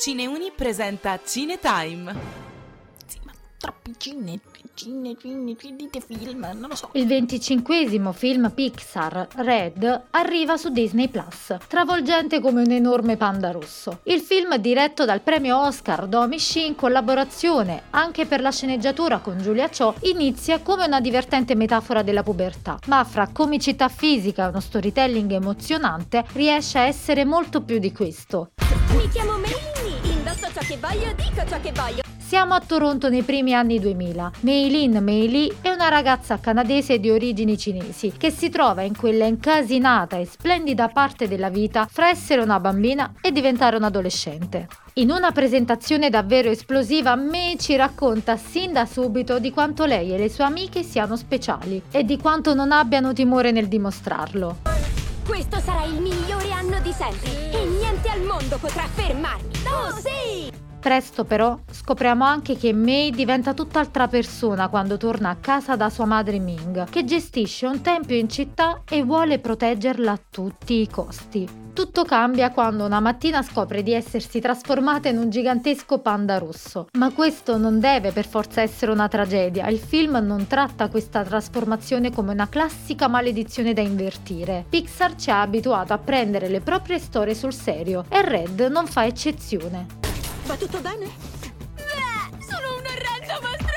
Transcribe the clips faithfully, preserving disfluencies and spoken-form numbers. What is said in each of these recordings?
Cineuni presenta Cinetime. Sì, ma troppi cine, cine, cine, dite film, non lo so. Il venticinquesimo film Pixar, Red, arriva su Disney Plus, travolgente come un enorme panda rosso. Il film, diretto dal premio Oscar Domee Shi in collaborazione anche per la sceneggiatura con Julia Cho, inizia come una divertente metafora della pubertà, ma fra comicità fisica e uno storytelling emozionante riesce a essere molto più di questo. Mi chiamo Meilin, indosso ciò che voglio, dico ciò che voglio. Siamo a Toronto nei primi anni duemila. Meilin Mei Lee è una ragazza canadese di origini cinesi che si trova in quella incasinata e splendida parte della vita fra essere una bambina e diventare un adolescente. In una presentazione davvero esplosiva, Mei ci racconta sin da subito di quanto lei e le sue amiche siano speciali e di quanto non abbiano timore nel dimostrarlo. Questo sarà il migliore anno di sempre e niente al mondo potrà fermarmi. Oh sì! Presto però scopriamo anche che Mei diventa tutt'altra persona quando torna a casa da sua madre Ming, che gestisce un tempio in città e vuole proteggerla a tutti i costi. Tutto cambia quando una mattina scopre di essersi trasformata in un gigantesco panda rosso. Ma questo non deve per forza essere una tragedia. Il film non tratta questa trasformazione come una classica maledizione da invertire. Pixar ci ha abituato a prendere le proprie storie sul serio e Red non fa eccezione. Va tutto bene? Beh, sono un orrendo mostro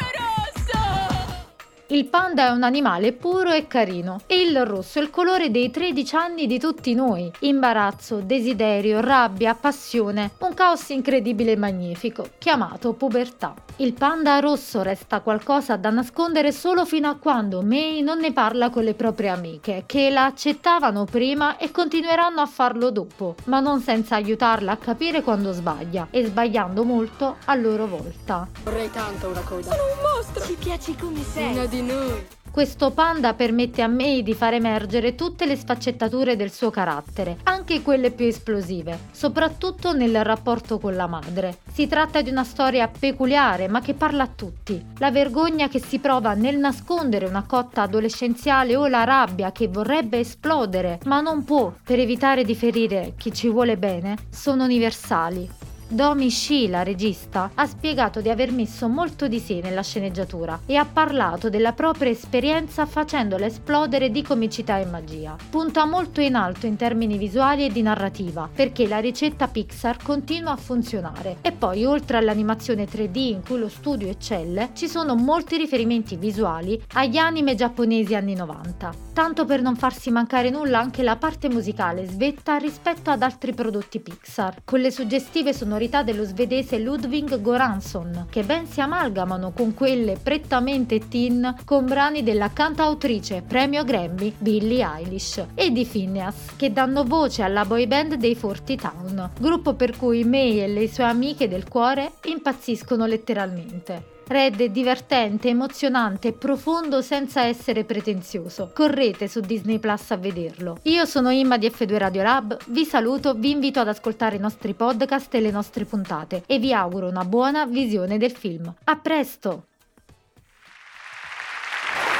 rosso! Il panda è un animale puro e carino e il rosso è il colore dei tredici anni di tutti noi. Imbarazzo, desiderio, rabbia, passione, un caos incredibile e magnifico, chiamato pubertà. Il panda rosso resta qualcosa da nascondere solo fino a quando Mei non ne parla con le proprie amiche, che la accettavano prima e continueranno a farlo dopo, ma non senza aiutarla a capire quando sbaglia, e sbagliando molto a loro volta. Vorrei tanto una coda. Sono un mostro! Ci piaci come sei? Una di noi. Questo panda permette a Mei di far emergere tutte le sfaccettature del suo carattere, anche quelle più esplosive, soprattutto nel rapporto con la madre. Si tratta di una storia peculiare, ma che parla a tutti. La vergogna che si prova nel nascondere una cotta adolescenziale o la rabbia che vorrebbe esplodere, ma non può, per evitare di ferire chi ci vuole bene, sono universali. Domee Shi, la regista, ha spiegato di aver messo molto di sé nella sceneggiatura e ha parlato della propria esperienza facendola esplodere di comicità e magia. Punta molto in alto in termini visuali e di narrativa, perché la ricetta Pixar continua a funzionare. E poi, oltre all'animazione tre D in cui lo studio eccelle, ci sono molti riferimenti visuali agli anime giapponesi anni novanta. Tanto per non farsi mancare nulla anche la parte musicale svetta rispetto ad altri prodotti Pixar, con le suggestive sonorità dello svedese Ludwig Göransson, che ben si amalgamano con quelle prettamente teen con brani della cantautrice premio Grammy Billie Eilish e di Finneas, che danno voce alla boy band dei forty Town, gruppo per cui Mei e le sue amiche del cuore impazziscono letteralmente. Red è divertente, emozionante e profondo senza essere pretenzioso. Correte su Disney Plus a vederlo. Io sono Imma di F due Radio Lab, vi saluto, vi invito ad ascoltare i nostri podcast e le nostre puntate e vi auguro una buona visione del film. A presto!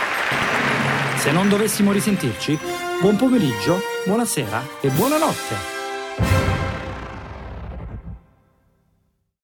Se non dovessimo risentirci, buon pomeriggio, buonasera e buonanotte!